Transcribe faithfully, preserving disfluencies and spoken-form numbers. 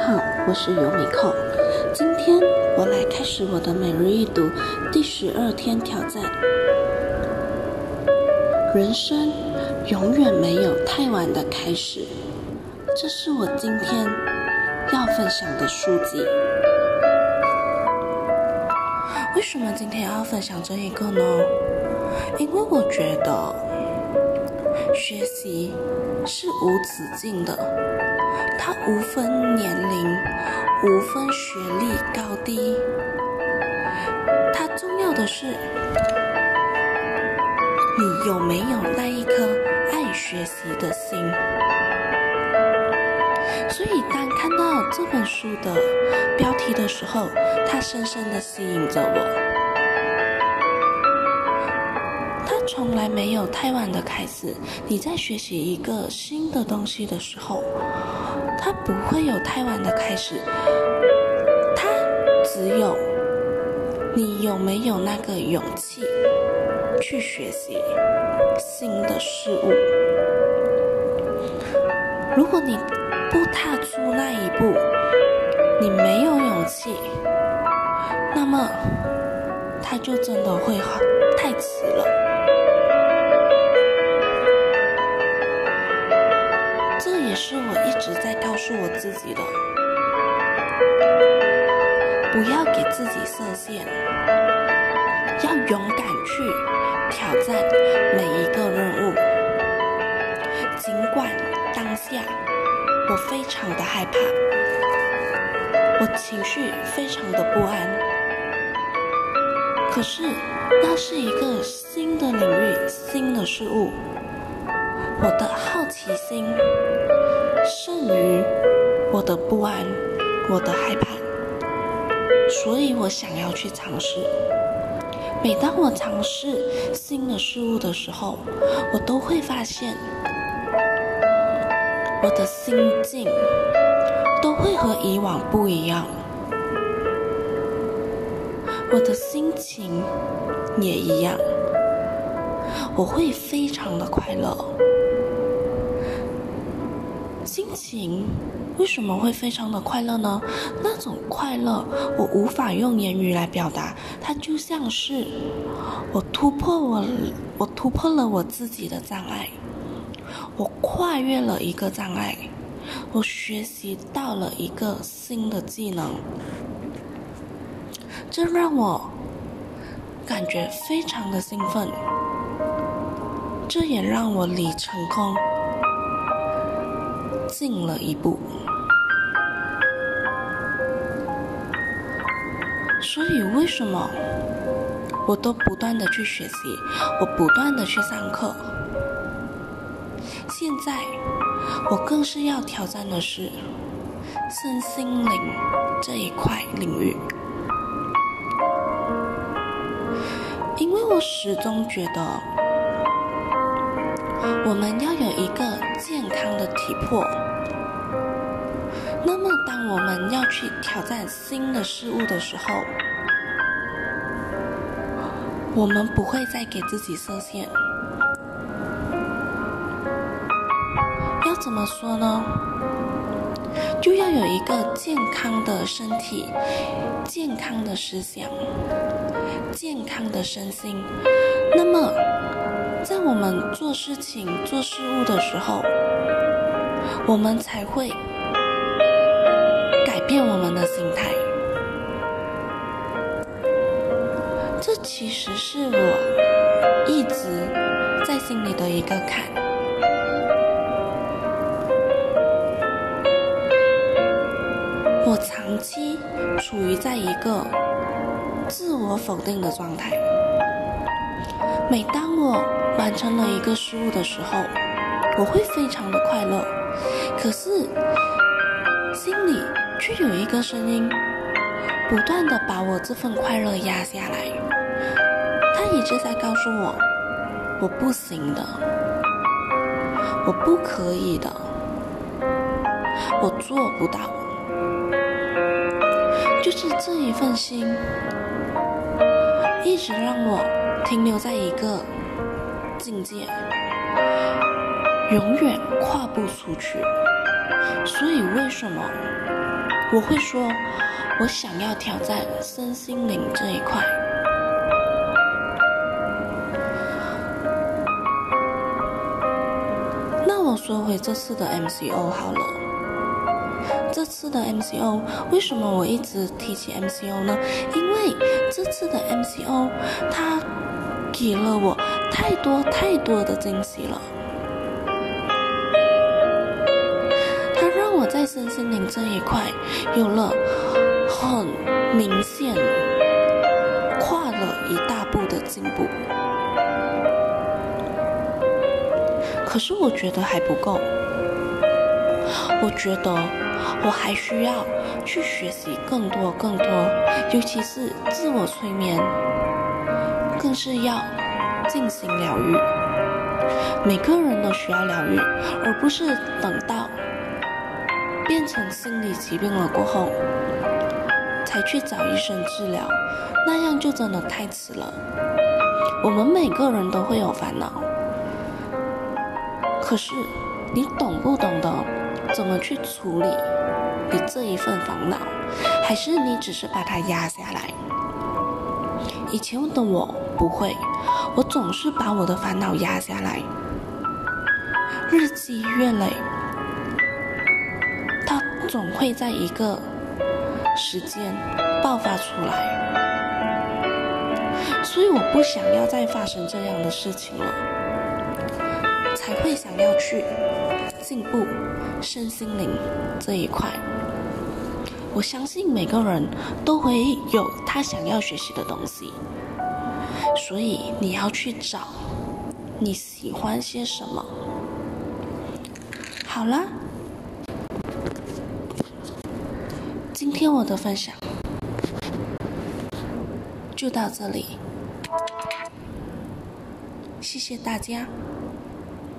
好，我是尤米蔻。今天我来开始我的每日一读第十二天挑战。人生永远没有太晚的开始，这是我今天要分享的书籍。为什么今天要分享这一个呢？因为我觉得学习是无止境的，它无分年龄，无分学历高低，它重要的是你有没有那一颗爱学习的心。所以当看到这本书的标题的时候，它深深地吸引着我。从来没有太晚的开始。你在学习一个新的东西的时候，它不会有太晚的开始，它只有你有没有那个勇气去学习新的事物。如果你不踏出那一步，你没有勇气，那么它就真的会太迟了。这也是我一直在告诉我自己的，不要给自己设限，要勇敢去挑战每一个任务。尽管当下我非常的害怕，我情绪非常的不安，可是那是一个新的领域，新的事物，我的好奇心胜于我的不安，我的害怕，所以我想要去尝试。每当我尝试新的事物的时候，我都会发现我的心境都会和以往不一样，我的心情也一样，我会非常的快乐。心情为什么会非常的快乐呢？那种快乐我无法用言语来表达，它就像是我突破我我突破了我自己的障碍，我跨越了一个障碍，我学习到了一个新的技能，这让我感觉非常的兴奋，这也让我离成功近了一步。所以为什么我都不断的去学习，我不断的去上课，现在我更是要挑战的是身心灵这一块领域。因为我始终觉得我们要有一个健康的体魄，那么当我们要去挑战新的事物的时候，我们不会再给自己设限。要怎么说呢？就要有一个健康的身体，健康的思想，健康的身心，那么在我们做事情做事物的时候，我们才会改变我们的心态。这其实是我一直在心里的一个坎。我长期处于在一个自我否定的状态，每当我完成了一个事物的时候，我会非常的快乐，可是心里却有一个声音不断的把我这份快乐压下来，他一直在告诉我我不行的，我不可以的，我做不到。就是这一份心一直让我停留在一个境界，永远跨不出去。所以为什么我会说，我想要挑战身心灵这一块。那我说回这次的 M C O 好了。这次的 M C O 为什么我一直提起 M C O 呢？因为这次的 M C O 它给了我太多太多的惊喜了。它让我在身心灵这一块有了很明显跨了一大步的进步。可是我觉得还不够，我觉得我还需要去学习更多更多，尤其是自我催眠，更是要进行疗愈。每个人都需要疗愈，而不是等到变成心理疾病了过后才去找医生治疗，那样就真的太迟了。我们每个人都会有烦恼，可是你懂不懂得怎么去处理你这一份烦恼，还是你只是把它压下来？以前的我不会，我总是把我的烦恼压下来，日积月累，它总会在一个时间爆发出来。所以我不想要再发生这样的事情了，才会想要去进步身心灵这一块。我相信每个人都会有他想要学习的东西，所以你要去找你喜欢些什么。好啦，今天我的分享就到这里，谢谢大家。